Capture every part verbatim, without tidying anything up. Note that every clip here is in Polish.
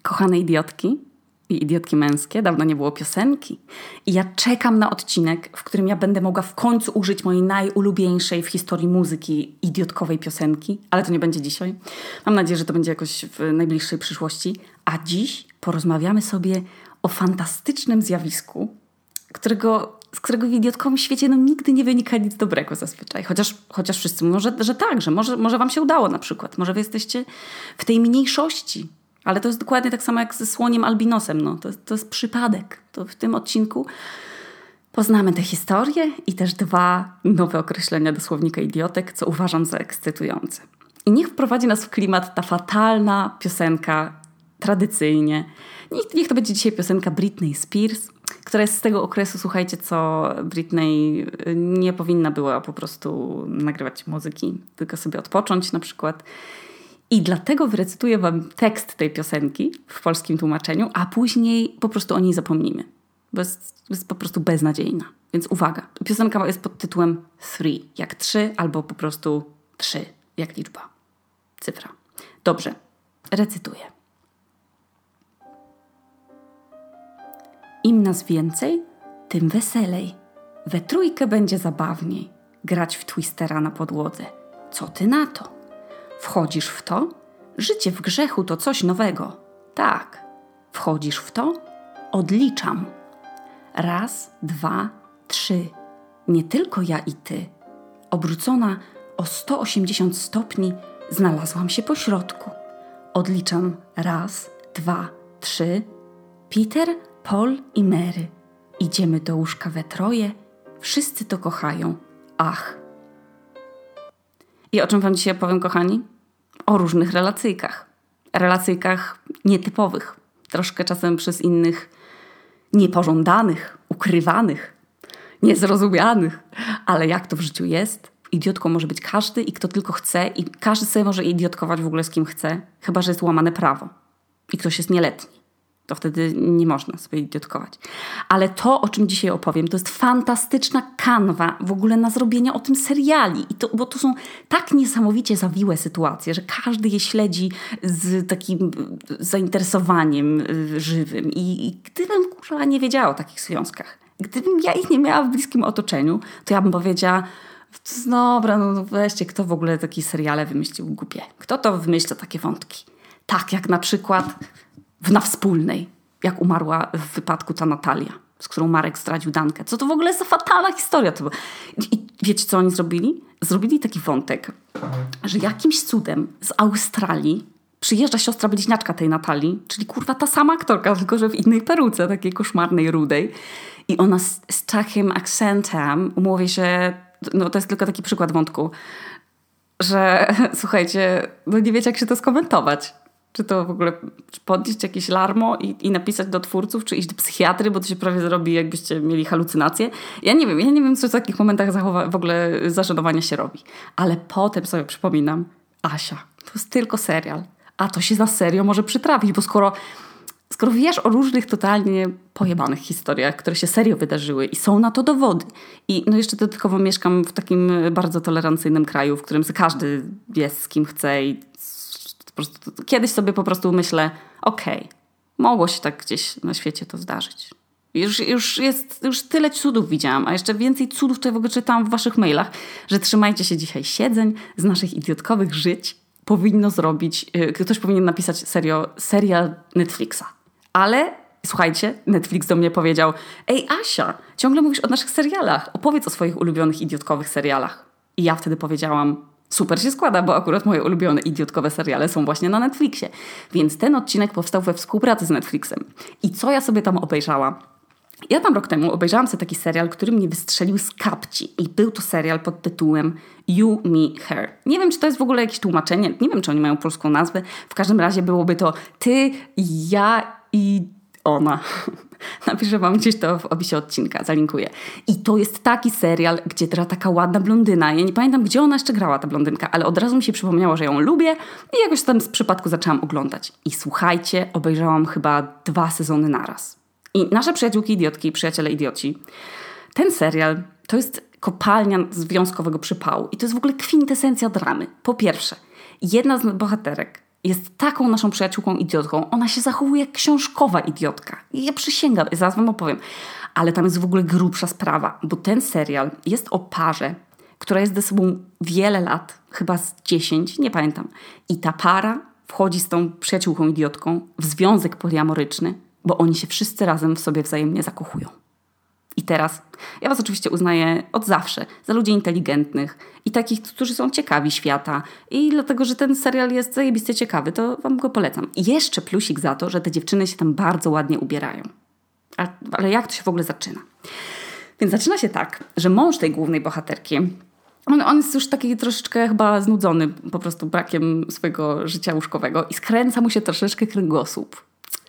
Kochane idiotki i idiotki męskie, dawno nie było piosenki. I ja czekam na odcinek, w którym ja będę mogła w końcu użyć mojej najulubieńszej w historii muzyki idiotkowej piosenki, ale to nie będzie dzisiaj. Mam nadzieję, że to będzie jakoś w najbliższej przyszłości. A dziś porozmawiamy sobie o fantastycznym zjawisku, którego, z którego w idiotkowym świecie no, nigdy nie wynika nic dobrego zazwyczaj. Chociaż, chociaż wszyscy mówią, że, że tak, że może, może wam się udało na przykład. Może wy jesteście w tej mniejszości. Ale to jest dokładnie tak samo jak ze słoniem albinosem. No. To, to jest przypadek. To w tym odcinku poznamy tę historię i też dwa nowe określenia do słownika idiotek, co uważam za ekscytujące. I niech wprowadzi nas w klimat ta fatalna piosenka tradycyjnie. Niech, niech to będzie dzisiaj piosenka Britney Spears, która jest z tego okresu, słuchajcie, co Britney nie powinna była po prostu nagrywać muzyki, tylko sobie odpocząć na przykład. I dlatego wyrecytuję wam tekst tej piosenki w polskim tłumaczeniu, a później po prostu o niej zapomnimy. Bo jest, jest po prostu beznadziejna. Więc uwaga, piosenka jest pod tytułem Three, jak trzy, albo po prostu trzy, jak liczba, cyfra. Dobrze, recytuję. Im nas więcej, tym weselej. We trójkę będzie zabawniej. Grać w twistera na podłodze. Co ty na to? Wchodzisz w to? Życie w grzechu to coś nowego. Tak. Wchodzisz w to? Odliczam. Raz, dwa, trzy. Nie tylko ja i ty. Obrócona o sto osiemdziesiąt stopni znalazłam się po środku. Odliczam raz, dwa, trzy. Peter, Paul i Mary. Idziemy do łóżka we troje. Wszyscy to kochają. Ach. I o czym wam dzisiaj opowiem, kochani? O różnych relacyjkach. Relacyjkach nietypowych. Troszkę czasem przez innych niepożądanych, ukrywanych, niezrozumianych. Ale jak to w życiu jest? Idiotką może być każdy i kto tylko chce. I każdy sobie może idiotkować w ogóle z kim chce. Chyba że jest łamane prawo. I ktoś jest nieletni. To wtedy nie można sobie idiotkować. Ale to, o czym dzisiaj opowiem, to jest fantastyczna kanwa w ogóle na zrobienie o tym seriali. I to, bo to są tak niesamowicie zawiłe sytuacje, że każdy je śledzi z takim zainteresowaniem żywym. I, i gdybym kurwa nie wiedziała o takich związkach, gdybym ja ich nie miała w bliskim otoczeniu, to ja bym powiedziała, dobra, no weźcie, kto w ogóle takie seriale wymyślił głupie? Kto to wymyśla takie wątki? Tak jak na przykład w Na Wspólnej, jak umarła w wypadku ta Natalia, z którą Marek zdradził Dankę. Co to w ogóle jest za fatalna historia. To I wiecie, co oni zrobili? Zrobili taki wątek, że jakimś cudem z Australii przyjeżdża siostra bliźniaczka tej Natalii, czyli kurwa ta sama aktorka, tylko że w innej peruce, takiej koszmarnej, rudej. I ona z, z takim akcentem mówi, że no to jest tylko taki przykład wątku, że słuchajcie, no nie wiecie, jak się to skomentować. Czy to w ogóle podnieść jakieś larmo i, i napisać do twórców, czy iść do psychiatry, bo to się prawie zrobi, jakbyście mieli halucynacje. Ja nie wiem, ja nie wiem, co w takich momentach zachowa- w ogóle zażenowania się robi. Ale potem sobie przypominam, Asia, to jest tylko serial, a to się za serio może przytrafić, bo skoro, skoro wiesz o różnych totalnie pojebanych historiach, które się serio wydarzyły i są na to dowody. I no jeszcze dodatkowo mieszkam w takim bardzo tolerancyjnym kraju, w którym każdy wie, z kim chce i po prostu, kiedyś sobie po prostu myślę, okej, okay, mogło się tak gdzieś na świecie to zdarzyć. Już, już jest, już tyle cudów widziałam, a jeszcze więcej cudów to ja w ogóle czytałam w waszych mailach, że trzymajcie się dzisiaj siedzeń z naszych idiotkowych żyć. Powinno zrobić, ktoś powinien napisać serio, serial Netflixa. Ale słuchajcie, Netflix do mnie powiedział, ej Asia, ciągle mówisz o naszych serialach, opowiedz o swoich ulubionych idiotkowych serialach. I ja wtedy powiedziałam, super się składa, bo akurat moje ulubione idiotkowe seriale są właśnie na Netflixie. Więc ten odcinek powstał we współpracy z Netflixem. I co ja sobie tam obejrzałam? Ja tam rok temu obejrzałam sobie taki serial, który mnie wystrzelił z kapci. I był to serial pod tytułem You, Me, Her. Nie wiem, czy to jest w ogóle jakieś tłumaczenie. Nie wiem, czy oni mają polską nazwę. W każdym razie byłoby to ty, ja i ona. Napiszę wam gdzieś to w opisie odcinka, zalinkuję. I to jest taki serial, gdzie gra taka ładna blondyna. Ja nie pamiętam, gdzie ona jeszcze grała, ta blondynka, ale od razu mi się przypomniało, że ją lubię i jakoś tam z przypadku zaczęłam oglądać. I słuchajcie, obejrzałam chyba dwa sezony naraz. I nasze przyjaciółki idiotki i przyjaciele idioci, ten serial to jest kopalnia związkowego przypału. I to jest w ogóle kwintesencja dramy. Po pierwsze, jedna z bohaterek jest taką naszą przyjaciółką idiotką. Ona się zachowuje jak książkowa idiotka. I ja przysięgam, zaraz wam opowiem. Ale tam jest w ogóle grubsza sprawa, bo ten serial jest o parze, która jest ze sobą wiele lat, chyba z dziesięć, nie pamiętam. I ta para wchodzi z tą przyjaciółką idiotką w związek poliamoryczny, bo oni się wszyscy razem w sobie wzajemnie zakochują. I teraz, ja was oczywiście uznaję od zawsze za ludzi inteligentnych i takich, którzy są ciekawi świata. I dlatego, że ten serial jest zajebiście ciekawy, to wam go polecam. I jeszcze plusik za to, że te dziewczyny się tam bardzo ładnie ubierają. Ale, ale jak to się w ogóle zaczyna? Więc zaczyna się tak, że mąż tej głównej bohaterki, on, on jest już taki troszeczkę chyba znudzony po prostu brakiem swojego życia łóżkowego i skręca mu się troszeczkę kręgosłup.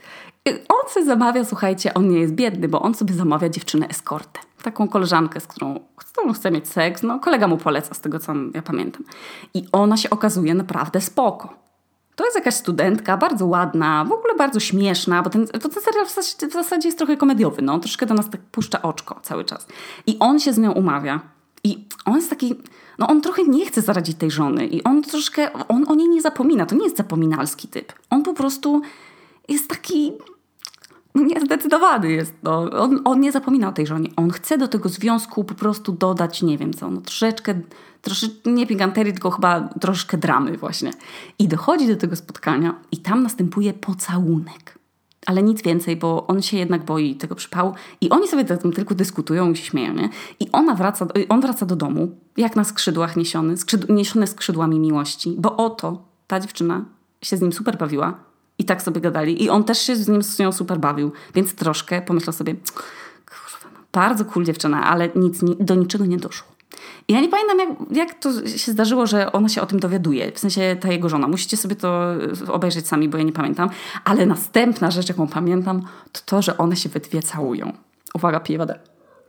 On sobie zamawia, słuchajcie, on nie jest biedny, bo on sobie zamawia dziewczynę eskortę. Taką koleżankę, z którą, z którą chce mieć seks. No, kolega mu poleca, z tego co ja pamiętam. I ona się okazuje naprawdę spoko. To jest jakaś studentka, bardzo ładna, w ogóle bardzo śmieszna, bo ten, to ten serial w zasadzie, w zasadzie jest trochę komediowy. No, on troszkę do nas tak puszcza oczko cały czas. I on się z nią umawia. I on jest taki... No on trochę nie chce zaradzić tej żony. I on troszkę... On o niej nie zapomina. To nie jest zapominalski typ. On po prostu jest taki... Niezdecydowany jest. No. On, on nie zapomina o tej żonie. On chce do tego związku po prostu dodać, nie wiem co, no troszeczkę, troszeczkę nie pikanterii, tylko chyba troszeczkę dramy właśnie. I dochodzi do tego spotkania i tam następuje pocałunek. Ale nic więcej, bo on się jednak boi tego przypału i oni sobie tam tylko dyskutują i się śmieją, nie? I ona wraca, on wraca do domu, jak na skrzydłach niesiony, skrzyd, niesiony skrzydłami miłości, bo oto ta dziewczyna się z nim super bawiła. I tak sobie gadali. I on też się z nim z nią super bawił. Więc troszkę pomyślał sobie, kurwa, no, bardzo cool dziewczyna, ale nic, do niczego nie doszło. I ja nie pamiętam, jak, jak to się zdarzyło, że ona się o tym dowiaduje. W sensie ta jego żona. Musicie sobie to obejrzeć sami, bo ja nie pamiętam. Ale następna rzecz, jaką pamiętam, to to, że one się we dwie całują. Uwaga, piję wodę.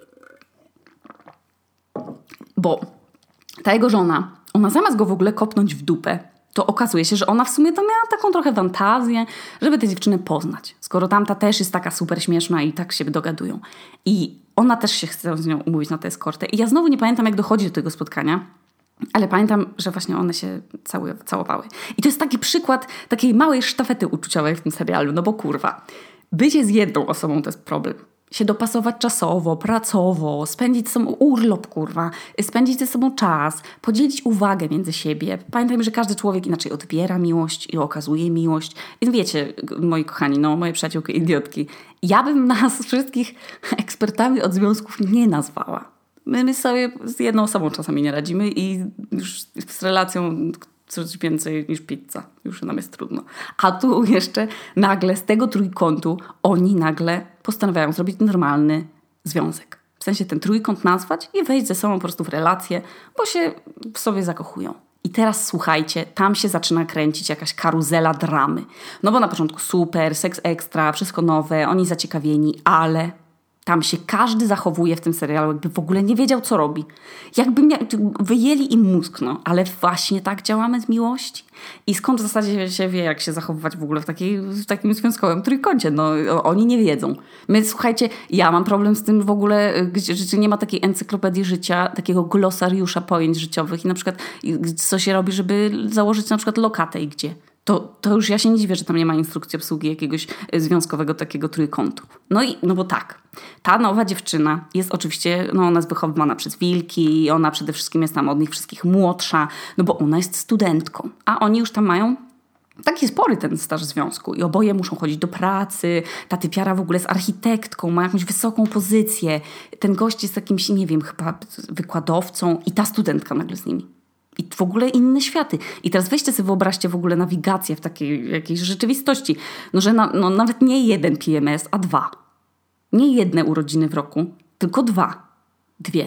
Bo ta jego żona, ona zamiast go w ogóle kopnąć w dupę, to okazuje się, że ona w sumie to miała taką trochę fantazję, żeby tę dziewczynę poznać. Skoro tamta też jest taka super śmieszna i tak się dogadują. I ona też się chce z nią umówić na tę eskortę. I ja znowu nie pamiętam, jak dochodzi do tego spotkania, ale pamiętam, że właśnie one się cały, całowały. I to jest taki przykład takiej małej sztafety uczuciowej w tym serialu. No bo kurwa, bycie z jedną osobą to jest problem. Się dopasować czasowo, pracowo, spędzić ze sobą urlop, kurwa, spędzić ze sobą czas, podzielić uwagę między siebie. Pamiętajmy, że każdy człowiek inaczej odbiera miłość i okazuje miłość. I wiecie, moi kochani, no, moje przyjaciółki idiotki, ja bym nas wszystkich ekspertami od związków nie nazwała. My, my sobie z jedną osobą czasami nie radzimy i już z relacją coś więcej niż pizza. Już nam jest trudno. A tu jeszcze nagle z tego trójkątu oni nagle postanawiają zrobić normalny związek. W sensie ten trójkąt nazwać i wejść ze sobą po prostu w relację, bo się w sobie zakochują. I teraz słuchajcie, tam się zaczyna kręcić jakaś karuzela dramy. No bo na początku super, seks ekstra, wszystko nowe, oni zaciekawieni, ale... Tam się każdy zachowuje w tym serialu, jakby w ogóle nie wiedział, co robi. Jakby mia- wyjęli im mózg, no. Ale właśnie tak działamy z miłości. I skąd w zasadzie się wie, jak się zachowywać w ogóle w, takiej, w takim związkowym trójkącie? No, oni nie wiedzą. My, słuchajcie, ja mam problem z tym w ogóle, że nie ma takiej encyklopedii życia, takiego glosariusza pojęć życiowych i na przykład co się robi, żeby założyć na przykład lokatę i gdzie. To, to już ja się nie dziwię, że tam nie ma instrukcji obsługi jakiegoś związkowego takiego trójkątu. No i, no bo tak, ta nowa dziewczyna jest oczywiście, no ona jest wychowywana przez wilki i ona przede wszystkim jest tam od nich wszystkich młodsza, no bo ona jest studentką, a oni już tam mają taki spory ten staż związku i oboje muszą chodzić do pracy, ta typiara w ogóle jest architektką, ma jakąś wysoką pozycję, ten gość jest jakimś, nie wiem, chyba wykładowcą i ta studentka nagle z nimi. I w ogóle inne światy. I teraz weźcie sobie, wyobraźcie w ogóle nawigację w takiej jakiejś rzeczywistości. No, że na, no, nawet nie jeden P M S, a dwa. Nie jedne urodziny w roku, tylko dwa. Dwie.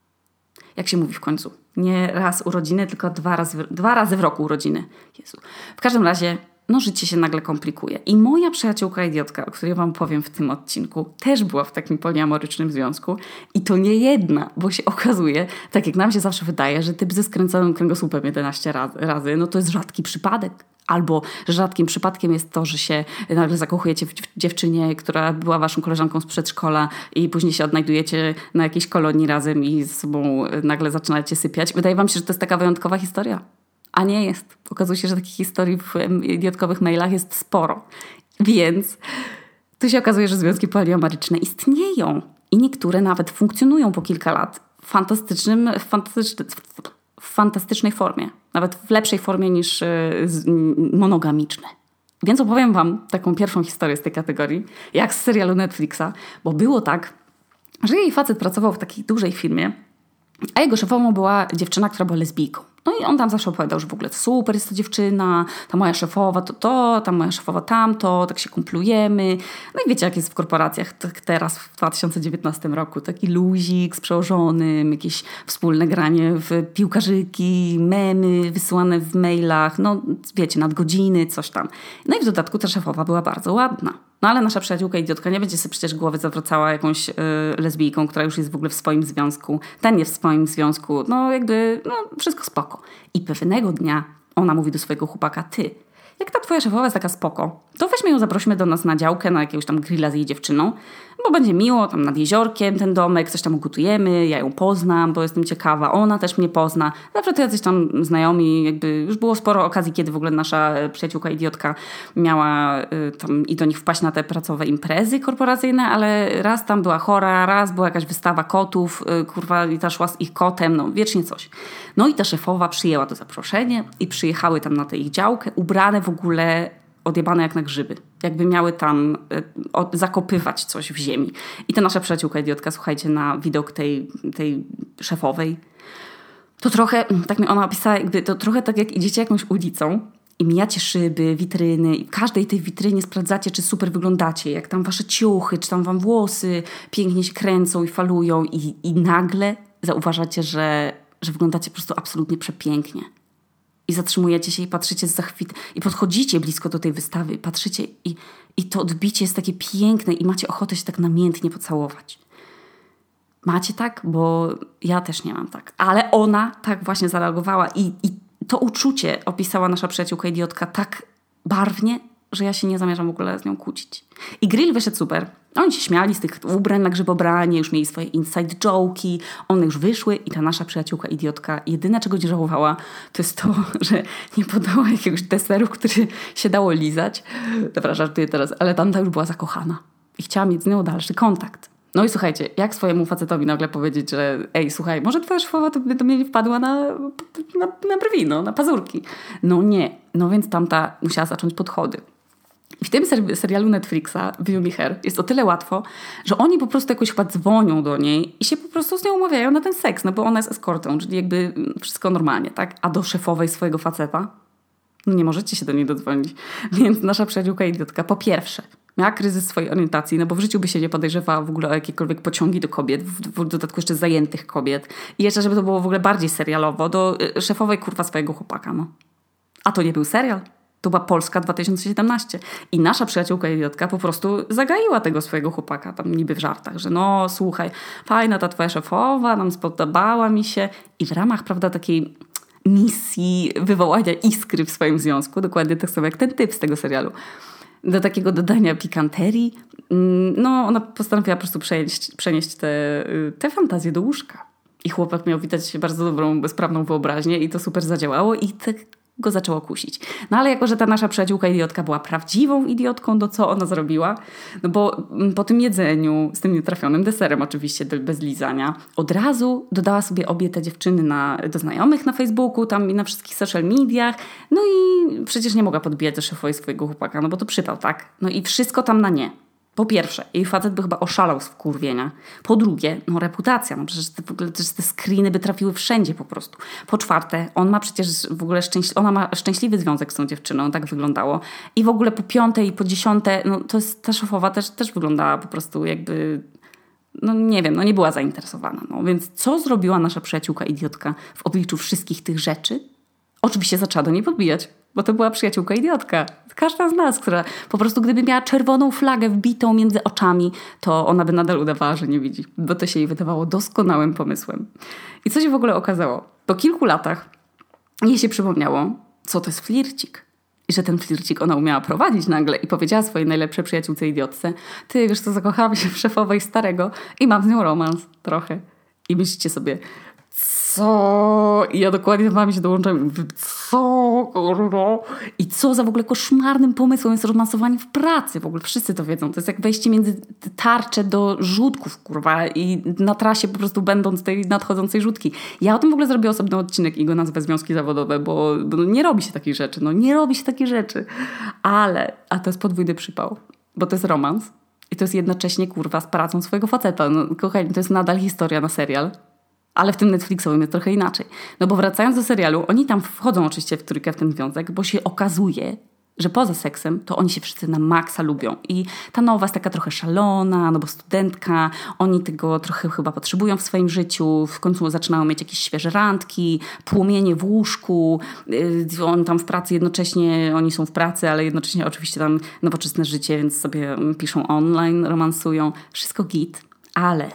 Jak się mówi w końcu? Nie raz urodziny, tylko dwa razy, dwa razy w roku urodziny. Jezu. W każdym razie, no życie się nagle komplikuje. I moja przyjaciółka idiotka, o której wam powiem w tym odcinku, też była w takim poliamorycznym związku. I to nie jedna, bo się okazuje, tak jak nam się zawsze wydaje, że typ ze skręconym kręgosłupem jedenaście razy, no to jest rzadki przypadek. Albo że rzadkim przypadkiem jest to, że się nagle zakochujecie w dziewczynie, która była waszą koleżanką z przedszkola i później się odnajdujecie na jakiejś kolonii razem i z sobą nagle zaczynacie sypiać. Wydaje wam się, że to jest taka wyjątkowa historia? A nie jest. Okazuje się, że takich historii w idiotkowych mailach jest sporo. Więc tu się okazuje, że związki poliamaryczne istnieją. I niektóre nawet funkcjonują po kilka lat w, fantastycznym, w, fantastycz, w fantastycznej formie. Nawet w lepszej formie niż monogamiczne. Więc opowiem wam taką pierwszą historię z tej kategorii, jak z serialu Netflixa. Bo było tak, że jej facet pracował w takiej dużej firmie, a jego szefową była dziewczyna, która była lesbijką. No i on tam zawsze opowiadał, że w ogóle super jest to dziewczyna, ta moja szefowa to to, ta moja szefowa tamto, tak się kumplujemy. No i wiecie, jak jest w korporacjach tak teraz w dwa tysiące dziewiętnastym roku. Taki luzik z przełożonym, jakieś wspólne granie w piłkarzyki, memy wysyłane w mailach, no wiecie, nadgodziny, coś tam. No i w dodatku ta szefowa była bardzo ładna. No ale nasza przyjaciółka idiotka nie będzie sobie przecież głowy zawracała jakąś yy, lesbijką, która już jest w ogóle w swoim związku. Ten jest w swoim związku. No jakby, no wszystko spoko. I pewnego dnia ona mówi do swojego chłopaka, ty, jak ta twoja szefowa jest taka spoko, to weźmy ją, zaprosimy do nas na działkę, na jakiegoś tam grilla z jej dziewczyną, bo będzie miło, tam nad jeziorkiem ten domek, coś tam ugotujemy, ja ją poznam, bo jestem ciekawa, ona też mnie pozna. Zawsze to jacyś tam znajomi, jakby już było sporo okazji, kiedy w ogóle nasza przyjaciółka idiotka miała y, tam i do nich wpaść na te pracowe imprezy korporacyjne, ale raz tam była chora, raz była jakaś wystawa kotów, y, kurwa, i ta szła z ich kotem, no wiecznie coś. No i ta szefowa przyjęła to zaproszenie i przyjechały tam na tę ich działkę, ubrane w ogóle odjebane jak na grzyby. Jakby miały tam y, od, zakopywać coś w ziemi. I ta nasza przyjaciółka idiotka, słuchajcie, na widok tej, tej szefowej, to trochę, tak mi ona opisała, jakby to trochę tak jak idziecie jakąś ulicą i mijacie szyby, witryny i w każdej tej witrynie sprawdzacie, czy super wyglądacie, jak tam wasze ciuchy, czy tam wam włosy pięknie się kręcą i falują i, i nagle zauważacie, że, że wyglądacie po prostu absolutnie przepięknie. I zatrzymujecie się i patrzycie z zachwytem. I podchodzicie blisko do tej wystawy. Patrzycie i, i to odbicie jest takie piękne i macie ochotę się tak namiętnie pocałować. Macie tak? Bo ja też nie mam tak. Ale ona tak właśnie zareagowała. I, i to uczucie opisała nasza przyjaciółka idiotka tak barwnie, że ja się nie zamierzam w ogóle z nią kłócić. I grill wyszedł super. Oni się śmiali z tych ubrań na grzybobranie, już mieli swoje inside joke'i, one już wyszły i ta nasza przyjaciółka idiotka jedyne, czego nie żałowała, to jest to, że nie podała jakiegoś deseru, który się dało lizać. Dobra, żartuję teraz, ale tamta już była zakochana i chciała mieć z nią dalszy kontakt. No i słuchajcie, jak swojemu facetowi nagle powiedzieć, że ej, słuchaj, może twoja szefowa to by do mnie wpadła na, na, na brwi, no, na pazurki. No nie. No więc tamta musiała zacząć podchody. I w tym ser- serialu Netflixa, View Me Her, jest o tyle łatwo, że oni po prostu jakoś chyba dzwonią do niej i się po prostu z nią umawiają na ten seks, no bo ona jest eskortą, czyli jakby wszystko normalnie, tak? A do szefowej swojego faceta? No nie możecie się do niej dodzwonić. Więc nasza przyjaciółka idiotka, po pierwsze, miała kryzys swojej orientacji, no bo w życiu by się nie podejrzewała w ogóle o jakiekolwiek pociągi do kobiet, w, w dodatku jeszcze zajętych kobiet. I jeszcze, żeby to było w ogóle bardziej serialowo, do y, szefowej kurwa swojego chłopaka, no. A to nie był serial. To była Polska dwa tysiące siedemnaście. I nasza przyjaciółka idiotka po prostu zagaiła tego swojego chłopaka, tam niby w żartach, że no słuchaj, fajna ta twoja szefowa, nam spodobała mi się. I w ramach, prawda, takiej misji wywołania iskry w swoim związku, dokładnie tak samo jak ten typ z tego serialu, do takiego dodania pikanterii, no ona postanowiła po prostu przenieść, przenieść te, te fantazje do łóżka. I chłopak miał widać bardzo dobrą, bezprawną wyobraźnię i to super zadziałało i tak go zaczęło kusić. No ale jako, że ta nasza przyjaciółka idiotka była prawdziwą idiotką, to co ona zrobiła? No bo po tym jedzeniu, z tym nietrafionym deserem oczywiście, bez lizania, od razu dodała sobie obie te dziewczyny na, do znajomych na Facebooku, tam i na wszystkich social mediach. No i przecież nie mogła podbijać do szefowej swojego chłopaka, no bo to przypał, tak? No i wszystko tam na nie. Po pierwsze, jej facet by chyba oszalał z wkurwienia. Po drugie, no reputacja. No przecież te, w ogóle te screeny by trafiły wszędzie po prostu. Po czwarte, on ma przecież w ogóle szczęśli- ona ma szczęśliwy związek z tą dziewczyną, tak wyglądało. I w ogóle po piąte i po dziesiąte, no to jest, ta szefowa też, też wyglądała po prostu jakby, no nie wiem, no nie była zainteresowana. No więc co zrobiła nasza przyjaciółka idiotka w obliczu wszystkich tych rzeczy? Oczywiście zaczęła do niej podbijać, bo to była przyjaciółka idiotka. Każda z nas, która po prostu gdyby miała czerwoną flagę wbitą między oczami, to ona by nadal udawała, że nie widzi, bo to się jej wydawało doskonałym pomysłem. I co się w ogóle okazało? Po kilku latach jej się przypomniało, co to jest flircik. I że ten flircik ona umiała prowadzić nagle i powiedziała swojej najlepszej przyjaciółce idiotce: ty, wiesz co, zakochałam się w szefowej starego i mam z nią romans trochę. I myślicie sobie, co? I ja dokładnie z wami się dołączam. Co? Kurwa? I co za w ogóle koszmarnym pomysłem jest romansowanie w pracy. W ogóle wszyscy to wiedzą. To jest jak wejście między tarcze do rzutków, kurwa. I na trasie po prostu będąc tej nadchodzącej rzutki. Ja o tym w ogóle zrobię osobny odcinek i go nazwę Związki Zawodowe, bo, bo nie robi się takich rzeczy. No nie robi się takich rzeczy. Ale, a to jest podwójny przypał. Bo to jest romans. I to jest jednocześnie, kurwa, z pracą swojego faceta. No kochani, to jest nadal historia na serial. Ale w tym Netflixowym jest trochę inaczej. No bo wracając do serialu, oni tam wchodzą oczywiście w trójkę w ten związek, bo się okazuje, że poza seksem to oni się wszyscy na maksa lubią. I ta nowa jest taka trochę szalona, no bo studentka, oni tego trochę chyba potrzebują w swoim życiu, w końcu zaczynają mieć jakieś świeże randki, płomienie w łóżku, yy, on tam w pracy jednocześnie, oni są w pracy, ale jednocześnie oczywiście tam nowoczesne życie, więc sobie piszą online, romansują. Wszystko git, ale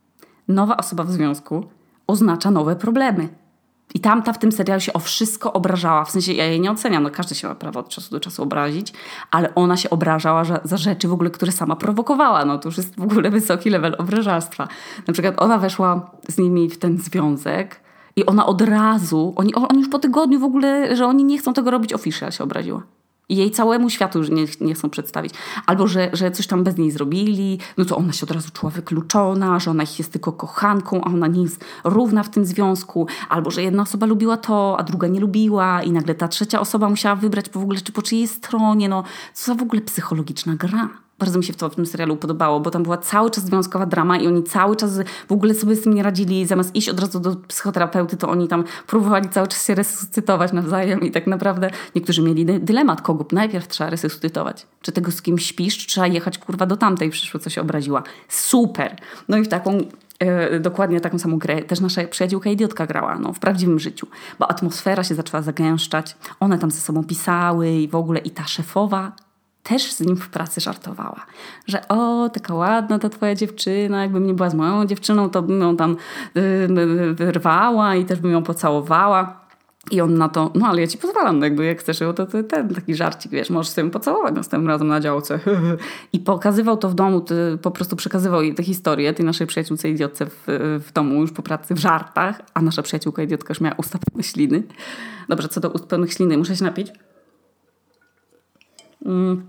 nowa osoba w związku oznacza nowe problemy. I tamta w tym serialu się o wszystko obrażała. W sensie ja jej nie oceniam, no każdy się ma prawo od czasu do czasu obrazić, ale ona się obrażała za, za rzeczy w ogóle, które sama prowokowała. No to już jest w ogóle wysoki level obrażalstwa. Na przykład ona weszła z nimi w ten związek i ona od razu, oni, oni już po tygodniu w ogóle, że oni nie chcą tego robić, official się obraziła. I jej całemu światu już nie, nie chcą przedstawić. Albo, że, że coś tam bez niej zrobili, no to ona się od razu czuła wykluczona, że ona ich jest tylko kochanką, a ona nie jest równa w tym związku. Albo, że jedna osoba lubiła to, a druga nie lubiła i nagle ta trzecia osoba musiała wybrać po w ogóle, czy po czyjej stronie. No, co za w ogóle psychologiczna gra. Bardzo mi się to w tym serialu podobało, bo tam była cały czas związkowa drama i oni cały czas w ogóle sobie z tym nie radzili. Zamiast iść od razu do psychoterapeuty, to oni tam próbowali cały czas się resuscytować nawzajem i tak naprawdę niektórzy mieli dylemat, kogo najpierw trzeba resuscytować. Czy tego z kim śpisz, czy trzeba jechać kurwa do tamtej przyszło, co się obraziła. Super! No i w taką Yy, dokładnie taką samą grę też nasza przyjaciółka idiotka grała, no, w prawdziwym życiu, bo atmosfera się zaczęła zagęszczać, one tam ze sobą pisały i w ogóle i ta szefowa też z nim w pracy żartowała, że o, taka ładna ta twoja dziewczyna, jakbym nie była z moją dziewczyną, to bym ją tam yy, wyrwała i też bym ją pocałowała. I on na to, no ale ja ci pozwalam, no jakby jak chcesz, to, to ten taki żarcik, wiesz, możesz sobie pocałować następnym razem na działce. I pokazywał to w domu, po prostu przekazywał jej tę historię, tej naszej przyjaciółce idiotce w, w domu już po pracy w żartach, a nasza przyjaciółka idiotka już miała usta pełne śliny. Dobrze, co do ust pełnych śliny, muszę się napić. Mm.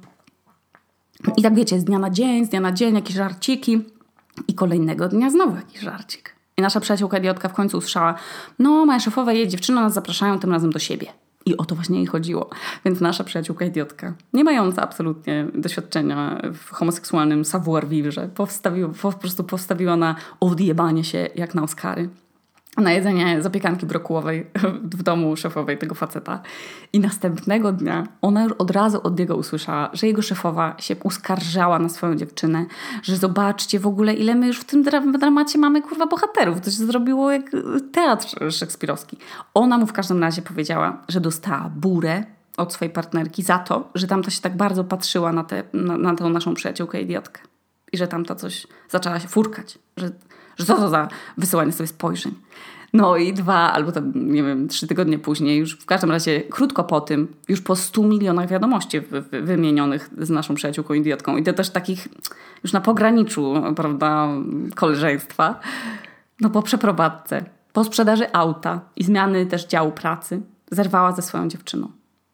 I tak wiecie, z dnia na dzień, z dnia na dzień jakieś żarciki i kolejnego dnia znowu jakiś żarcik. I nasza przyjaciółka idiotka w końcu usłyszała, no moja szefowa i jej dziewczyna nas zapraszają tym razem do siebie. I o to właśnie jej chodziło. Więc nasza przyjaciółka idiotka, nie mająca absolutnie doświadczenia w homoseksualnym savoir-vivre, powstawiła, po prostu postawiła na odjebanie się jak na Oscary. Na jedzenie zapiekanki brokułowej w domu szefowej tego faceta. I następnego dnia ona już od razu od niego usłyszała, że jego szefowa się uskarżała na swoją dziewczynę, że zobaczcie w ogóle, ile my już w tym dramacie mamy kurwa bohaterów. To się zrobiło jak teatr szekspirowski. Ona mu w każdym razie powiedziała, że dostała burę od swojej partnerki za to, że tamta się tak bardzo patrzyła na, te, na, na tę naszą przyjaciółkę idiotkę. I że tamta coś zaczęła się furkać, że że co to za wysyłanie sobie spojrzeń. No i dwa albo tam, nie wiem, trzy tygodnie później, już w każdym razie krótko po tym, już po stu milionach wiadomości wy, wy, wymienionych z naszą przyjaciółką idiotką i to też takich już na pograniczu, prawda, koleżeństwa, no po przeprowadzce, po sprzedaży auta i zmiany też działu pracy, zerwała ze swoją dziewczyną.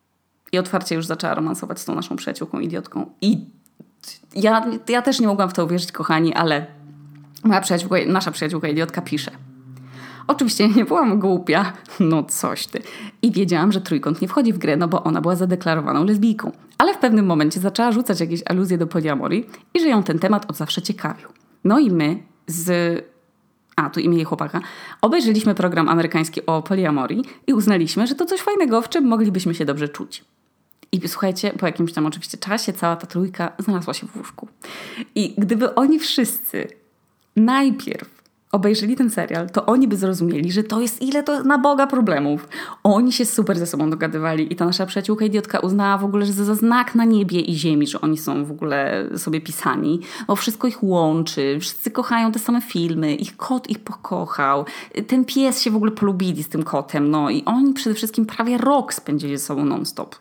I otwarcie już zaczęła romansować z tą naszą przyjaciółką idiotką. I ja, ja też nie mogłam w to uwierzyć, kochani, ale moja przyjaciółka, nasza przyjaciółka idiotka pisze. Oczywiście nie byłam głupia, no coś ty. I wiedziałam, że trójkąt nie wchodzi w grę, no bo ona była zadeklarowaną lesbijką. Ale w pewnym momencie zaczęła rzucać jakieś aluzje do poliamorii i że ją ten temat od zawsze ciekawił. No i my z... A, tu imię jej chłopaka. Obejrzeliśmy program amerykański o poliamorii i uznaliśmy, że to coś fajnego, w czym moglibyśmy się dobrze czuć. I słuchajcie, po jakimś tam oczywiście czasie cała ta trójka znalazła się w łóżku. I gdyby oni wszyscy najpierw obejrzeli ten serial, to oni by zrozumieli, że to jest ile to na Boga problemów. Oni się super ze sobą dogadywali i ta nasza przyjaciółka idiotka uznała w ogóle, że za znak na niebie i ziemi, że oni są w ogóle sobie pisani, bo wszystko ich łączy, wszyscy kochają te same filmy, ich kot ich pokochał, ten pies się w ogóle polubili z tym kotem, no i oni przede wszystkim prawie rok spędzili ze sobą non-stop.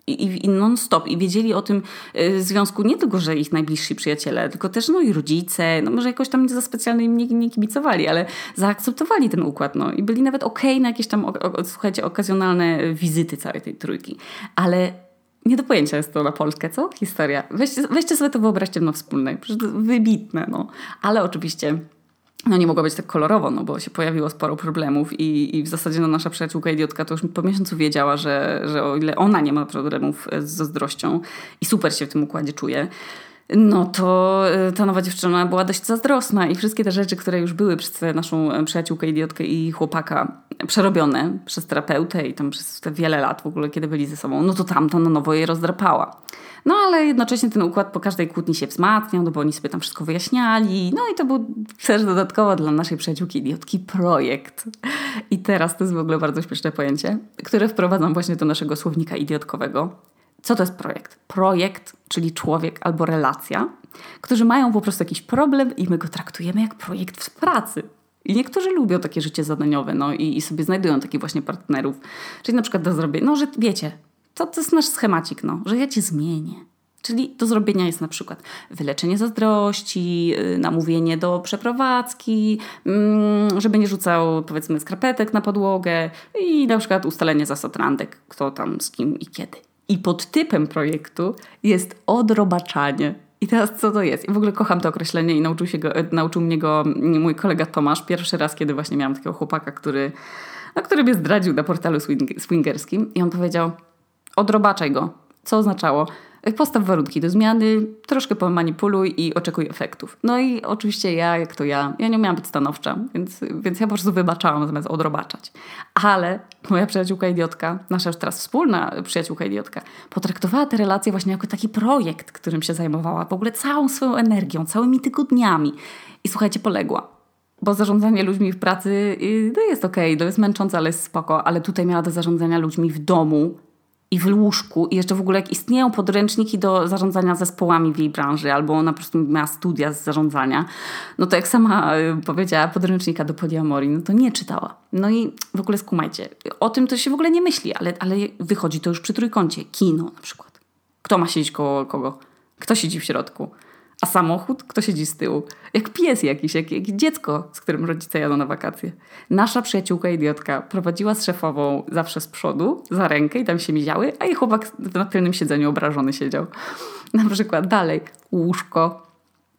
I, i non-stop. I wiedzieli o tym y, związku nie tylko, że ich najbliżsi przyjaciele, tylko też no i rodzice. No może jakoś tam za specjalnie im nie, nie kibicowali, ale zaakceptowali ten układ. No. I byli nawet okej okay na jakieś tam, o, o, słuchajcie, okazjonalne wizyty całej tej trójki. Ale nie do pojęcia jest to na Polskę, co? Historia. Weźcie, weźcie sobie to, wyobraźcie na wspólnej. Przecież to wybitne, no. Ale oczywiście no nie mogło być tak kolorowo, no bo się pojawiło sporo problemów i, i w zasadzie no, nasza przyjaciółka idiotka to już po miesiącu wiedziała, że, że o ile ona nie ma problemów z zazdrością i super się w tym układzie czuje, no to ta nowa dziewczyna była dość zazdrosna i wszystkie te rzeczy, które już były przez naszą przyjaciółkę idiotkę i chłopaka przerobione przez terapeutę i tam przez te wiele lat w ogóle, kiedy byli ze sobą, no to tamta na nowo je rozdrapała. No ale jednocześnie ten układ po każdej kłótni się wzmacniał, no bo oni sobie tam wszystko wyjaśniali. No i to był też dodatkowo dla naszej przyjaciółki idiotki projekt. I teraz to jest w ogóle bardzo śmieszne pojęcie, które wprowadzam właśnie do naszego słownika idiotkowego. Co to jest projekt? Projekt, czyli człowiek albo relacja, którzy mają po prostu jakiś problem i my go traktujemy jak projekt w pracy. I niektórzy lubią takie życie zadaniowe, no i, i sobie znajdują takich właśnie partnerów. Czyli na przykład do zrobienia, no że wiecie, to, to jest nasz schemacik, no, że ja cię zmienię. Czyli do zrobienia jest na przykład wyleczenie zazdrości, yy, namówienie do przeprowadzki, yy, żeby nie rzucał powiedzmy skarpetek na podłogę i na przykład ustalenie zasad randek, kto tam z kim i kiedy. I pod typem projektu jest odrobaczanie. I teraz co to jest? I w ogóle kocham to określenie i nauczył, się go, nauczył mnie go mój kolega Tomasz pierwszy raz, kiedy właśnie miałam takiego chłopaka, który, no, który mnie zdradził na portalu swing, swingerskim i on powiedział: odrobaczaj go. Co oznaczało? Postaw warunki do zmiany, troszkę pomanipuluj i oczekuj efektów. No i oczywiście ja, jak to ja, ja nie miałam być stanowcza, więc, więc ja po prostu wybaczałam zamiast odrobaczać. Ale moja przyjaciółka idiotka, nasza już teraz wspólna przyjaciółka idiotka, potraktowała te relacje właśnie jako taki projekt, którym się zajmowała w ogóle całą swoją energią, całymi tygodniami. I słuchajcie, poległa. Bo zarządzanie ludźmi w pracy no jest okej, okay, to jest męczące, ale jest spoko, ale tutaj miała do zarządzania ludźmi w domu i w łóżku i jeszcze w ogóle jak istnieją podręczniki do zarządzania zespołami w jej branży albo ona po prostu miała studia z zarządzania, no to jak sama powiedziała, podręcznika do poliamorii, no to nie czytała. No i w ogóle skumajcie, o tym to się w ogóle nie myśli, ale, ale wychodzi to już przy trójkącie. Kino na przykład. Kto ma siedzieć koło kogo? Kto siedzi w środku? A samochód? Kto siedzi z tyłu? Jak pies jakiś, jak, jak dziecko, z którym rodzice jadą na wakacje. Nasza przyjaciółka idiotka prowadziła z szefową zawsze z przodu, za rękę i tam się miziały, a jej chłopak na tylnym siedzeniu obrażony siedział. Na przykład dalej, łóżko.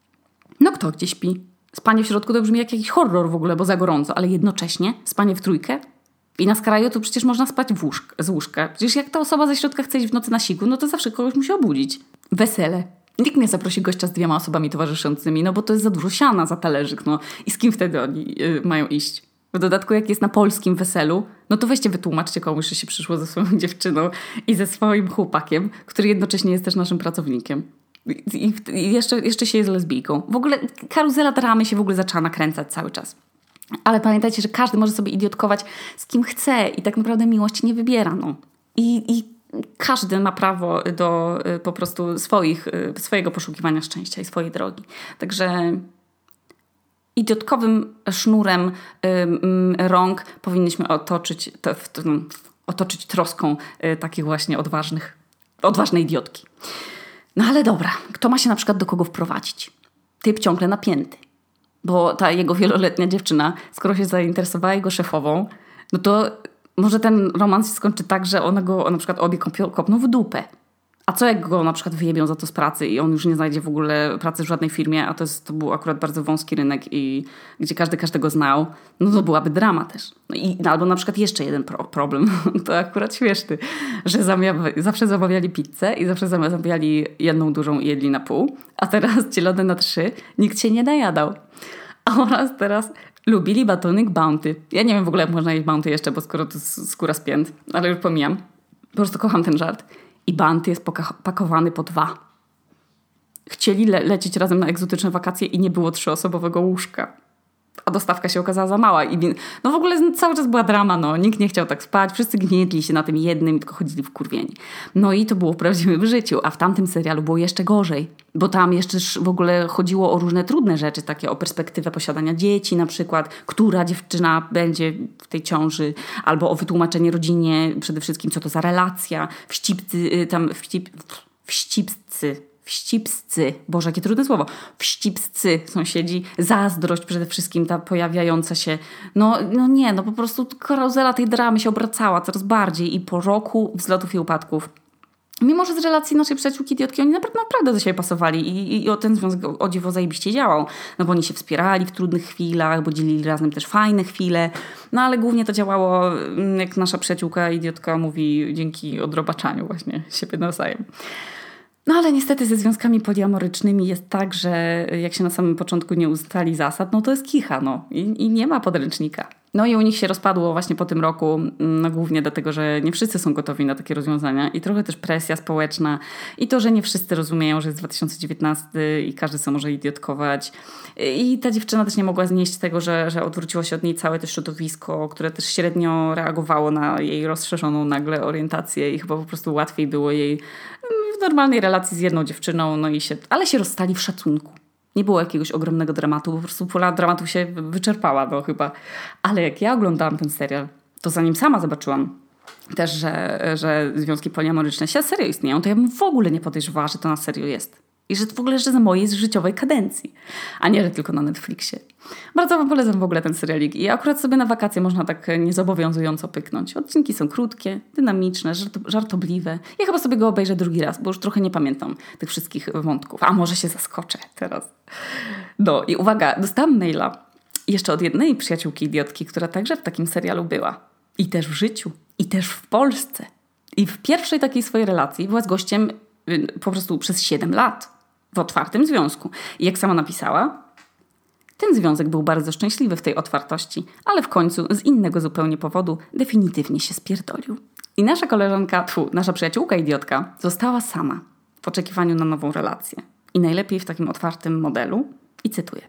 No kto gdzie śpi? Spanie w środku to brzmi jak jakiś horror w ogóle, bo za gorąco, ale jednocześnie spanie w trójkę? I na skraju to przecież można spać w łóżk, z łóżka. Przecież jak ta osoba ze środka chce iść w nocy na siku, no to zawsze kogoś musi obudzić. Wesele. Nikt nie zaprosi gościa z dwiema osobami towarzyszącymi, no bo to jest za dużo siana za talerzyk, no. I z kim wtedy oni yy, mają iść? W dodatku jak jest na polskim weselu, no to weźcie wytłumaczcie komuś, że się przyszło ze swoją dziewczyną i ze swoim chłopakiem, który jednocześnie jest też naszym pracownikiem. I, i jeszcze, jeszcze się jest lesbijką. W ogóle karuzela dramy się w ogóle zaczęła nakręcać cały czas. Ale pamiętajcie, że każdy może sobie idiotkować z kim chce i tak naprawdę miłość nie wybiera, no. I, i każdy ma prawo do y, po prostu swoich, y, swojego poszukiwania szczęścia i swojej drogi. Także idiotkowym sznurem y, y, rąk powinniśmy otoczyć, to, to, otoczyć troską y, takich właśnie odważnych, odważnej idiotki. No ale dobra, kto ma się na przykład do kogo wprowadzić? Typ ciągle napięty. Bo ta jego wieloletnia dziewczyna, skoro się zainteresowała jego szefową, no to może ten romans się skończy tak, że ona go na przykład obie kopną w dupę. A co jak go na przykład wyjebią za to z pracy i on już nie znajdzie w ogóle pracy w żadnej firmie, a to, jest, to był akurat bardzo wąski rynek i gdzie każdy każdego znał, no to byłaby drama też. No i, no albo na przykład jeszcze jeden pro, problem, to akurat śmieszny, że zamia- zawsze zamawiali pizzę i zawsze zamawiali jedną dużą i jedli na pół, a teraz dzielone na trzy, nikt się nie najadał. Oraz teraz lubili batonik Bounty. Ja nie wiem w ogóle jak można jeść Bounty jeszcze, bo skoro to jest skóra z pięt, ale już pomijam. Po prostu kocham ten żart. I Bounty jest poka- pakowany po dwa. Chcieli le- lecieć razem na egzotyczne wakacje i nie było trzyosobowego łóżka. a dostawka się okazała za mała. I no w ogóle cały czas była drama, no. Nikt nie chciał tak spać, wszyscy gnietli się na tym jednym i tylko chodzili wkurwieni. No i to było w prawdziwym życiu, a w tamtym serialu było jeszcze gorzej, bo tam jeszcze w ogóle chodziło o różne trudne rzeczy, takie o perspektywę posiadania dzieci na przykład, która dziewczyna będzie w tej ciąży, albo o wytłumaczenie rodzinie, przede wszystkim co to za relacja, wścibcy, tam wścib, wścibscy, Wścibscy, Boże, jakie trudne słowo, wścibscy sąsiedzi, zazdrość przede wszystkim ta pojawiająca się, no, no nie, no po prostu karuzela tej dramy się obracała coraz bardziej i po roku wzlotów i upadków, mimo że z relacji naszej przyjaciółki idiotki oni naprawdę, naprawdę do siebie pasowali i, i o ten związek o dziwo zajebiście działał, no bo oni się wspierali w trudnych chwilach, bo dzielili razem też fajne chwile, no ale głównie to działało, jak nasza przyjaciółka idiotka mówi, dzięki odrobaczaniu właśnie siebie nawzajem. No ale niestety ze związkami poliamorycznymi jest tak, że jak się na samym początku nie ustali zasad, no to jest kicha, no i, i nie ma podręcznika. No i u nich się rozpadło właśnie po tym roku, no głównie dlatego, że nie wszyscy są gotowi na takie rozwiązania i trochę też presja społeczna i to, że nie wszyscy rozumieją, że jest dwa tysiące dziewiętnasty i każdy sobie może idiotkować. I ta dziewczyna też nie mogła znieść tego, że, że odwróciło się od niej całe to środowisko, które też średnio reagowało na jej rozszerzoną nagle orientację i chyba po prostu łatwiej było jej w normalnej relacji z jedną dziewczyną, no i się, ale się rozstali w szacunku. Nie było jakiegoś ogromnego dramatu, po prostu pola dramatu się wyczerpała, no chyba. Ale jak ja oglądałam ten serial, to zanim sama zobaczyłam też, że, że związki poliamoryczne się serio istnieją, to ja bym w ogóle nie podejrzewała, że to na serio jest. I że to w ogóle, że za mojej życiowej kadencji, a nie, że tylko na Netflixie. Bardzo wam polecam w ogóle ten serialik i akurat sobie na wakacje można tak niezobowiązująco pyknąć. Odcinki są krótkie, dynamiczne, żart- żartobliwe. Ja chyba sobie go obejrzę drugi raz, bo już trochę nie pamiętam tych wszystkich wątków. A może się zaskoczę teraz. No i uwaga, dostałam maila jeszcze od jednej przyjaciółki idiotki, która także w takim serialu była. I też w życiu, i też w Polsce. I w pierwszej takiej swojej relacji była z gościem po prostu przez siedem lat. W otwartym związku. I jak sama napisała, ten związek był bardzo szczęśliwy w tej otwartości, ale w końcu z innego zupełnie powodu definitywnie się spierdolił. I nasza koleżanka, tfu, nasza przyjaciółka idiotka została sama w oczekiwaniu na nową relację. I najlepiej w takim otwartym modelu. I cytuję.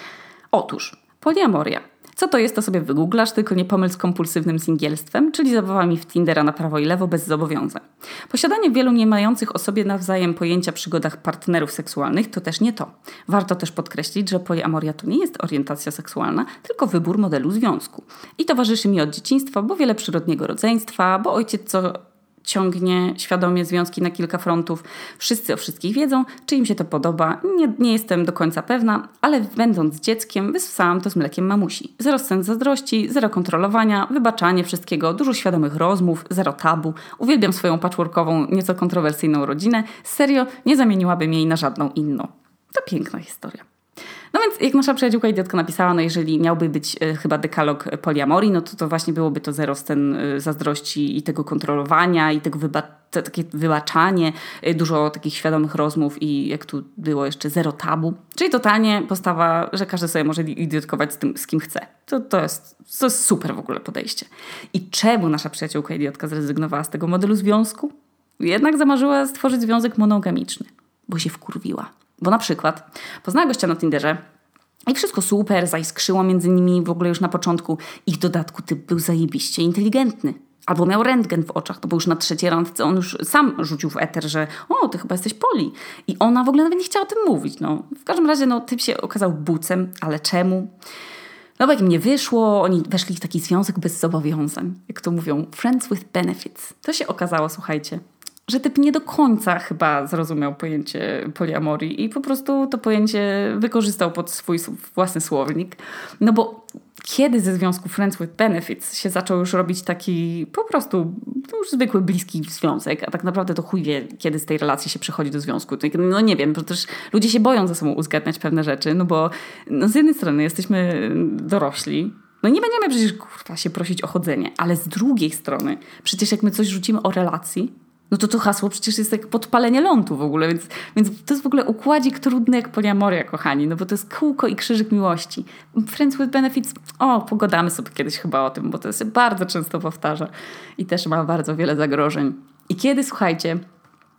Otóż, poliamoria. Co to jest, to sobie wygooglasz, tylko nie pomyl z kompulsywnym singielstwem, czyli zabawami w Tindera na prawo i lewo bez zobowiązań. Posiadanie wielu nie mających o sobie nawzajem pojęcia przygodach partnerów seksualnych to też nie to. Warto też podkreślić, że poliamoria to nie jest orientacja seksualna, tylko wybór modelu związku. I towarzyszy mi od dzieciństwa, bo wiele przyrodniego rodzeństwa, bo ojciec co ciągnie świadomie związki na kilka frontów. Wszyscy o wszystkich wiedzą, czy im się to podoba. Nie, nie jestem do końca pewna, ale będąc dzieckiem wyssałam to z mlekiem mamusi. Zero scen zazdrości, zero kontrolowania, wybaczanie wszystkiego, dużo świadomych rozmów, zero tabu. Uwielbiam swoją patchworkową, nieco kontrowersyjną rodzinę. Serio, nie zamieniłabym jej na żadną inną. To piękna historia. No więc jak nasza przyjaciółka idiotka napisała, no jeżeli miałby być e, chyba dekalog poliamorii, no to to właśnie byłoby to zero scen e, zazdrości i tego kontrolowania i tego wyba- te, takie wybaczanie, e, dużo takich świadomych rozmów i jak tu było jeszcze zero tabu. Czyli totalnie postawa, że każdy sobie może idiotkować z tym, z kim chce. To, to, jest, to jest super w ogóle podejście. I czemu nasza przyjaciółka idiotka zrezygnowała z tego modelu związku? Jednak zamarzyła stworzyć związek monogamiczny, bo się wkurwiła. Bo na przykład poznała gościa na Tinderze i wszystko super, zaiskrzyło między nimi w ogóle już na początku i w dodatku typ był zajebiście inteligentny. Albo miał rentgen w oczach, to był już na trzeciej randce, on już sam rzucił w eter, że o, ty chyba jesteś poli. I ona w ogóle nawet nie chciała o tym mówić. No. W każdym razie no, typ się okazał bucem, ale czemu? No bo jak im nie wyszło, oni weszli w taki związek bez zobowiązań. Jak to mówią, friends with benefits. To się okazało, słuchajcie, że typ nie do końca chyba zrozumiał pojęcie poliamorii i po prostu to pojęcie wykorzystał pod swój własny słownik. No bo kiedy ze związku Friends with Benefits się zaczął już robić taki po prostu już zwykły, bliski związek, a tak naprawdę to chuj wie, kiedy z tej relacji się przechodzi do związku. No nie wiem, przecież ludzie się boją ze sobą uzgadniać pewne rzeczy, no bo no z jednej strony jesteśmy dorośli, no nie będziemy przecież kurwa się prosić o chodzenie, ale z drugiej strony przecież jak my coś rzucimy o relacji, no to to hasło przecież jest jak podpalenie lądu w ogóle, więc, więc to jest w ogóle układzik trudny jak poliamoria, kochani, no bo to jest kółko i krzyżyk miłości. Friends with Benefits, o, pogadamy sobie kiedyś chyba o tym, bo to się bardzo często powtarza i też ma bardzo wiele zagrożeń. I kiedy, słuchajcie,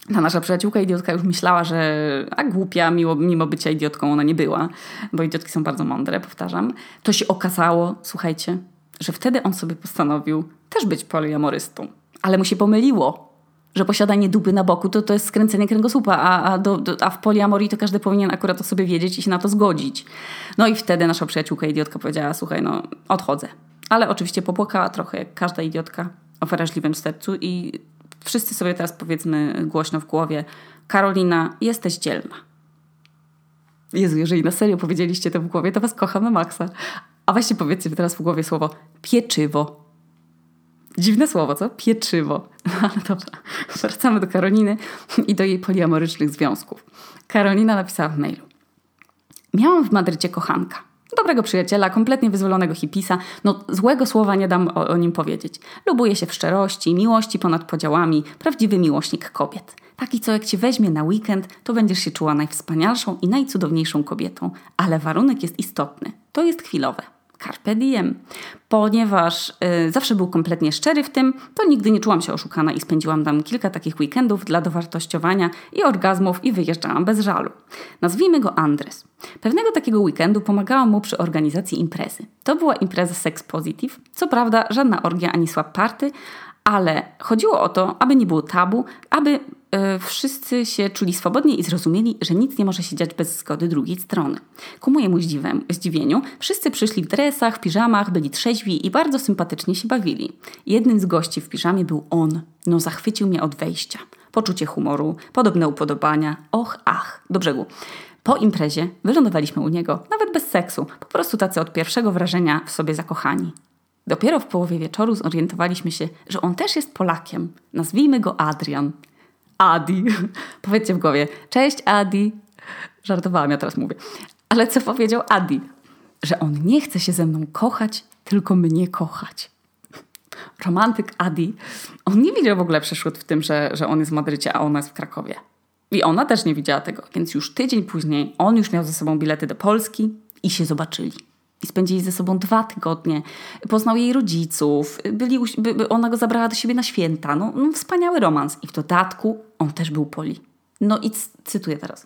Ta nasza przyjaciółka idiotka już myślała, że a głupia, mimo, mimo bycia idiotką ona nie była, bo idiotki są bardzo mądre, powtarzam. To się okazało, słuchajcie, że wtedy on sobie postanowił też być poliamorystą. Ale mu się pomyliło, że posiadanie dupy na boku to, to jest skręcenie kręgosłupa, a, a, do, do, a w poliamorii to każdy powinien akurat o sobie wiedzieć i się na to zgodzić. No i wtedy nasza przyjaciółka idiotka powiedziała, słuchaj, no odchodzę. Ale oczywiście popłakała trochę, jak każda idiotka o wrażliwym sercu i wszyscy sobie teraz powiedzmy głośno w głowie, Karolina, jesteś dzielna. Jezu, jeżeli na serio powiedzieliście to w głowie, to was kocham na maksa. A właśnie powiedzcie teraz w głowie słowo pieczywo. Dziwne słowo, co? Pieczywo. No ale dobra, wracamy do Karoliny i do jej poliamorycznych związków. Karolina napisała w mailu. Miałam w Madrycie kochanka. Dobrego przyjaciela, kompletnie wyzwolonego hipisa. No złego słowa nie dam o, o nim powiedzieć. Lubuje się w szczerości, miłości ponad podziałami. Prawdziwy miłośnik kobiet. Taki, co jak cię weźmie na weekend, to będziesz się czuła najwspanialszą i najcudowniejszą kobietą. Ale warunek jest istotny. To jest chwilowe. Carpe diem. Ponieważ y, zawsze był kompletnie szczery w tym, to nigdy nie czułam się oszukana i spędziłam tam kilka takich weekendów dla dowartościowania i orgazmów i wyjeżdżałam bez żalu. Nazwijmy go Andres. Pewnego takiego weekendu pomagałam mu przy organizacji imprezy. To była impreza Sex Positive. Co prawda żadna orgia ani swap party, ale chodziło o to, aby nie było tabu, aby y, wszyscy się czuli swobodnie i zrozumieli, że nic nie może się dziać bez zgody drugiej strony. Ku mojemu zdziwem, zdziwieniu wszyscy przyszli w dresach, w piżamach, byli trzeźwi i bardzo sympatycznie się bawili. Jednym z gości w piżamie był on. No zachwycił mnie od wejścia. Poczucie humoru, podobne upodobania. Och, ach, do brzegu. Po imprezie wylądowaliśmy u niego, nawet bez seksu, po prostu tacy od pierwszego wrażenia w sobie zakochani. Dopiero w połowie wieczoru zorientowaliśmy się, że on też jest Polakiem. Nazwijmy go Adrian. Adi. Powiedzcie w głowie, cześć Adi. Żartowałam, ja teraz mówię. Ale co powiedział Adi? Że on nie chce się ze mną kochać, tylko mnie kochać. Romantyk Adi. On nie widział w ogóle przeszkód w tym, że, że on jest w Madrycie, a ona jest w Krakowie. I ona też nie widziała tego. Więc już tydzień później on już miał ze sobą bilety do Polski i się zobaczyli. I spędzili ze sobą dwa tygodnie. Poznał jej rodziców. Byli, by, by ona go zabrała do siebie na święta. No, no wspaniały romans. I w dodatku on też był poli. No i c- cytuję teraz.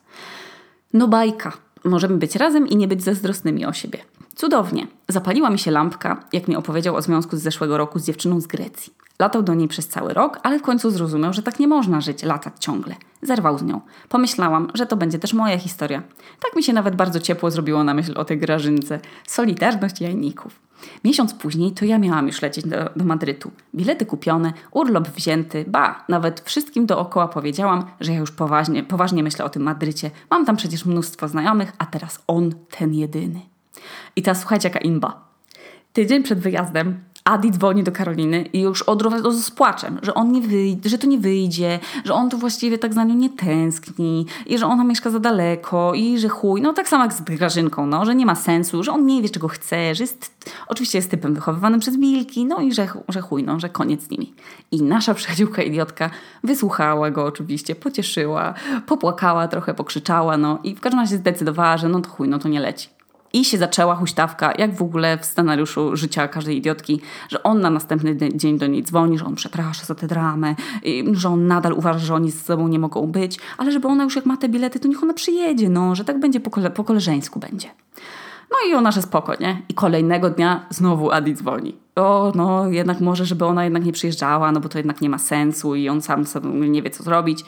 No bajka. Możemy być razem i nie być zazdrosnymi o siebie. Cudownie. Zapaliła mi się lampka, jak mi opowiedział o związku z zeszłego roku z dziewczyną z Grecji. Latał do niej przez cały rok, ale w końcu zrozumiał, że tak nie można żyć, latać ciągle. Zerwał z nią. Pomyślałam, że to będzie też moja historia. Tak mi się nawet bardzo ciepło zrobiło na myśl o tej Grażynce. Solidarność jajników. Miesiąc później to ja miałam już lecieć do, do Madrytu. Bilety kupione, urlop wzięty, ba, nawet wszystkim dookoła powiedziałam, że ja już poważnie, poważnie myślę o tym Madrycie. Mam tam przecież mnóstwo znajomych, a teraz on ten jedyny. I teraz słuchajcie, jaka imba. Tydzień przed wyjazdem Adi dzwoni do Karoliny i już od razu z płaczem, że on nie wyjdzie, że to nie wyjdzie, że on to właściwie tak za nią nie tęskni i że ona mieszka za daleko i że chuj, no tak samo jak z Grażynką, no, że nie ma sensu, że on nie wie, czego chce, że jest, oczywiście jest typem wychowywanym przez wilki, no i że, że chuj, no, że koniec z nimi. I nasza przyjaciółka idiotka wysłuchała go oczywiście, pocieszyła, popłakała trochę, pokrzyczała, no i w każdym razie zdecydowała, że no to chuj, no to nie leci. I się zaczęła huśtawka, jak w ogóle w scenariuszu życia każdej idiotki, że on na następny dzień do niej dzwoni, że on przeprasza za tę dramę, że on nadal uważa, że oni z sobą nie mogą być, ale żeby ona już jak ma te bilety, to niech ona przyjedzie, no, że tak będzie po, kole- po koleżeńsku będzie. No i ona, że spoko, nie? I kolejnego dnia znowu Adi dzwoni. O, no jednak może, żeby ona jednak nie przyjeżdżała, no bo to jednak nie ma sensu i on sam sobie nie wie, co zrobić.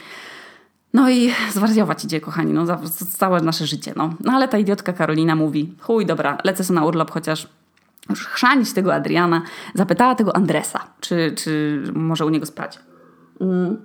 No i zwariować idzie, kochani, no za, za całe nasze życie, no. No ale ta idiotka Karolina mówi, chuj, dobra, lecę sobie na urlop, chociaż już chrzanić tego Adriana. Zapytała tego Andresa, czy, czy może u niego spać. Mm.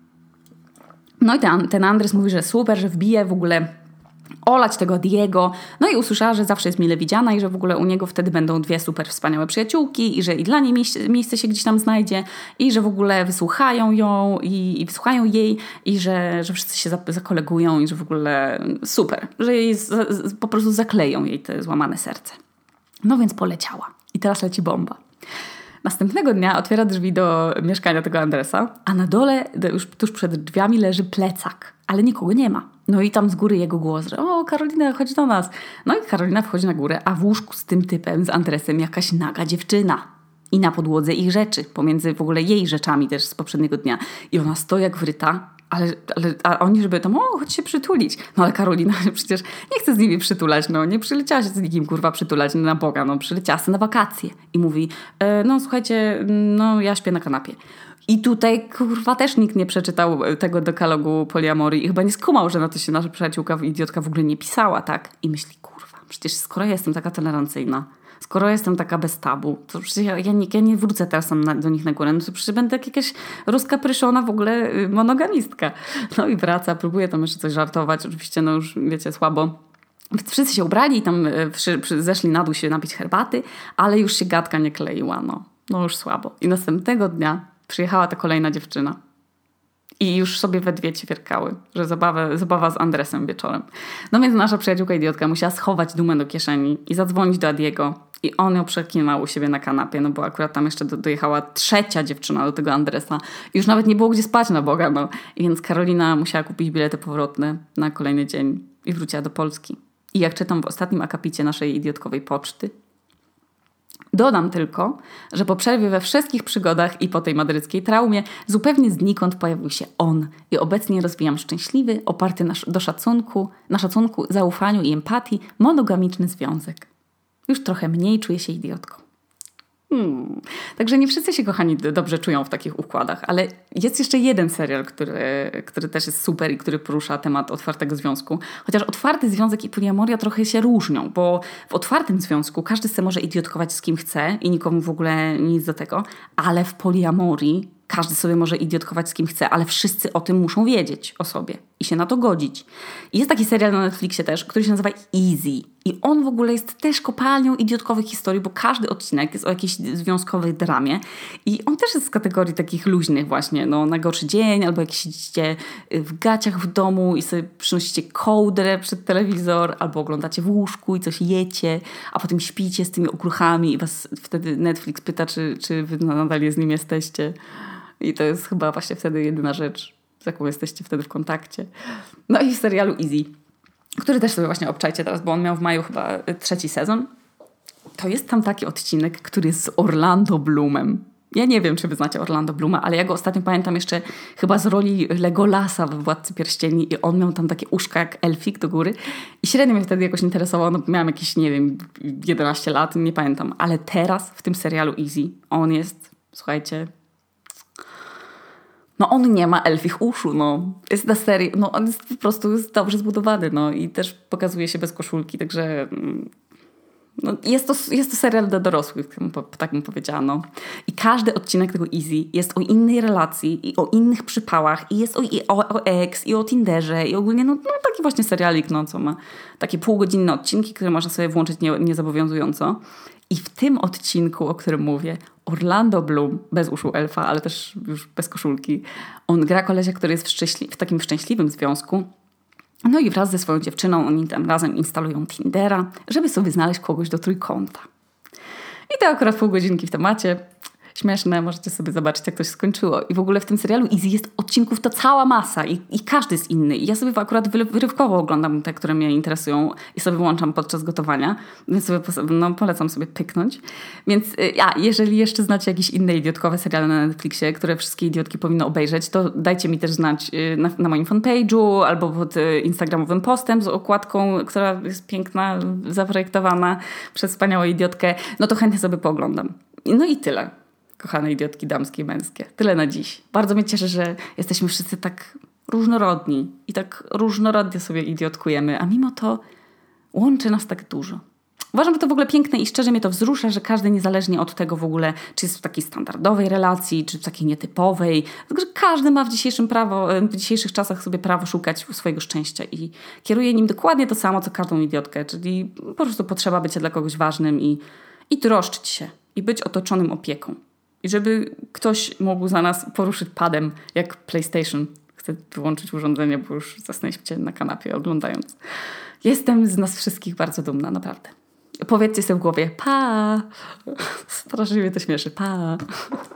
No i ten, ten Andres mówi, że super, że wbije w ogóle olać tego Diego. No i usłyszała, że zawsze jest mile widziana i że w ogóle u niego wtedy będą dwie super wspaniałe przyjaciółki i że i dla niej miejsce, miejsce się gdzieś tam znajdzie i że w ogóle wysłuchają ją i, i wysłuchają jej i że, że wszyscy się zakolegują i że w ogóle super, że jej z, z, po prostu zakleją jej te złamane serce. No więc poleciała. I teraz leci bomba. Następnego dnia otwiera drzwi do mieszkania tego Andresa, a na dole, już tuż przed drzwiami, leży plecak, ale nikogo nie ma. No i tam z góry jego głos, że o, Karolina, chodź do nas. No i Karolina wchodzi na górę, a w łóżku z tym typem, z Andresem, jakaś naga dziewczyna. I na podłodze ich rzeczy, pomiędzy w ogóle jej rzeczami też z poprzedniego dnia. I ona stoi jak wryta, Ale, ale a oni, żeby tam, o, chodź się przytulić. No ale Karolina przecież nie chce z nimi przytulać, no nie przyleciała się z nikim, kurwa, przytulać, no, na Boga, no przyleciała się na wakacje. I mówi, e, no słuchajcie, no ja śpię na kanapie. I tutaj, kurwa, też nikt nie przeczytał tego dekalogu poliamorii i chyba nie skumał, że na to się nasza przyjaciółka, idiotka w ogóle nie pisała, tak? I myśli, kurwa, przecież skoro ja jestem taka tolerancyjna, skoro jestem taka bez tabu, to przecież ja, ja, nie, ja nie wrócę teraz tam na, do nich na górę, no to przecież będę jak jakaś rozkapryszona w ogóle monogamistka. No i wraca, próbuje tam jeszcze coś żartować, oczywiście no już wiecie, słabo. Wszyscy się ubrali i tam przy, przy, zeszli na dół się napić herbaty, ale już się gadka nie kleiła, no. No już słabo. I następnego dnia przyjechała ta kolejna dziewczyna. I już sobie we dwie ćwierkały, że zabawę, zabawa z Andresem wieczorem. No więc nasza przyjaciółka idiotka musiała schować dumę do kieszeni i zadzwonić do Adiego. I on ją przekinał u siebie na kanapie, no bo akurat tam jeszcze do, dojechała trzecia dziewczyna do tego Andresa. I już nawet nie było gdzie spać, na Boga, no. I więc Karolina musiała kupić bilety powrotne na kolejny dzień i wróciła do Polski. I jak czytam w ostatnim akapicie naszej idiotkowej poczty, dodam tylko, że po przerwie we wszystkich przygodach i po tej madryckiej traumie zupełnie znikąd pojawił się on i obecnie rozwijam szczęśliwy, oparty na, do szacunku, na szacunku, zaufaniu i empatii monogamiczny związek. Już trochę mniej czuję się idiotką. Hmm. Także nie wszyscy się, kochani, dobrze czują w takich układach, ale jest jeszcze jeden serial, który, który też jest super i który porusza temat otwartego związku. Chociaż otwarty związek i poliamoria trochę się różnią, bo w otwartym związku każdy sobie może idiotkować z kim chce i nikomu w ogóle nic do tego, ale w poliamorii każdy sobie może idiotkować z kim chce, ale wszyscy o tym muszą wiedzieć o sobie i się na to godzić. I jest taki serial na Netflixie też, który się nazywa Easy. I on w ogóle jest też kopalnią idiotkowych historii, bo każdy odcinek jest o jakiejś związkowej dramie. I on też jest z kategorii takich luźnych właśnie, no na gorszy dzień, albo jak siedzicie w gaciach w domu i sobie przynosicie kołdrę przed telewizor, albo oglądacie w łóżku i coś jecie, a potem śpicie z tymi okruchami i was wtedy Netflix pyta, czy, czy wy nadal z nim jesteście. I to jest chyba właśnie wtedy jedyna rzecz, z jaką jesteście wtedy w kontakcie. No i w serialu Easy, który też sobie właśnie obczajcie teraz, bo on miał w maju chyba trzeci sezon. To jest tam taki odcinek, który jest z Orlando Bloomem. Ja nie wiem, czy wy znacie Orlando Blooma, ale ja go ostatnio pamiętam jeszcze chyba z roli Legolasa we Władcy Pierścieni i on miał tam takie uszka jak elfik do góry i średnio mnie wtedy jakoś interesowało, no miałam jakieś, nie wiem, jedenaście lat, nie pamiętam, ale teraz w tym serialu Easy on jest, słuchajcie, no on nie ma elfich uszu, no. Jest na serii, no on jest po prostu jest dobrze zbudowany, no i też pokazuje się bez koszulki, także no, jest, to, jest to serial dla dorosłych, tak bym powiedziała, no. I każdy odcinek tego Easy jest o innej relacji i o innych przypałach i jest o, i o, o ex, i o Tinderze i ogólnie, no, no taki właśnie serialik, no, co ma takie półgodzinne odcinki, które można sobie włączyć nie, niezobowiązująco. I w tym odcinku, o którym mówię, Orlando Bloom, bez uszu elfa, ale też już bez koszulki, on gra kolesia, który jest w, szczęśli- w takim szczęśliwym związku. No i wraz ze swoją dziewczyną oni tam razem instalują Tindera, żeby sobie znaleźć kogoś do trójkąta. I to akurat pół godzinki w temacie. Śmieszne, możecie sobie zobaczyć, jak to się skończyło. I w ogóle w tym serialu Easy jest odcinków to cała masa i, i każdy jest inny. I ja sobie akurat wyrywkowo oglądam te, które mnie interesują i sobie włączam podczas gotowania, więc sobie no, polecam sobie pyknąć. Więc ja, jeżeli jeszcze znacie jakieś inne idiotkowe seriale na Netflixie, które wszystkie idiotki powinny obejrzeć, to dajcie mi też znać na, na moim fanpage'u albo pod instagramowym postem z okładką, która jest piękna, zaprojektowana przez wspaniałą idiotkę. No to chętnie sobie pooglądam. No i tyle. Kochane idiotki damskie i męskie. Tyle na dziś. Bardzo mnie cieszy, że jesteśmy wszyscy tak różnorodni i tak różnorodnie sobie idiotkujemy, a mimo to łączy nas tak dużo. Uważam, że to w ogóle piękne i szczerze mnie to wzrusza, że każdy niezależnie od tego w ogóle, czy jest w takiej standardowej relacji, czy w takiej nietypowej, tylko że każdy ma w, dzisiejszym prawo, w dzisiejszych czasach sobie prawo szukać swojego szczęścia i kieruje nim dokładnie to samo, co każdą idiotkę, czyli po prostu potrzeba bycia dla kogoś ważnym i, i troszczyć się i być otoczonym opieką. I żeby ktoś mógł za nas poruszyć padem, jak PlayStation. Chcę wyłączyć urządzenie, bo już zasnę się na kanapie oglądając. Jestem z nas wszystkich bardzo dumna, naprawdę. Powiedzcie sobie w głowie, pa! Strasznie mnie to śmieszy, pa!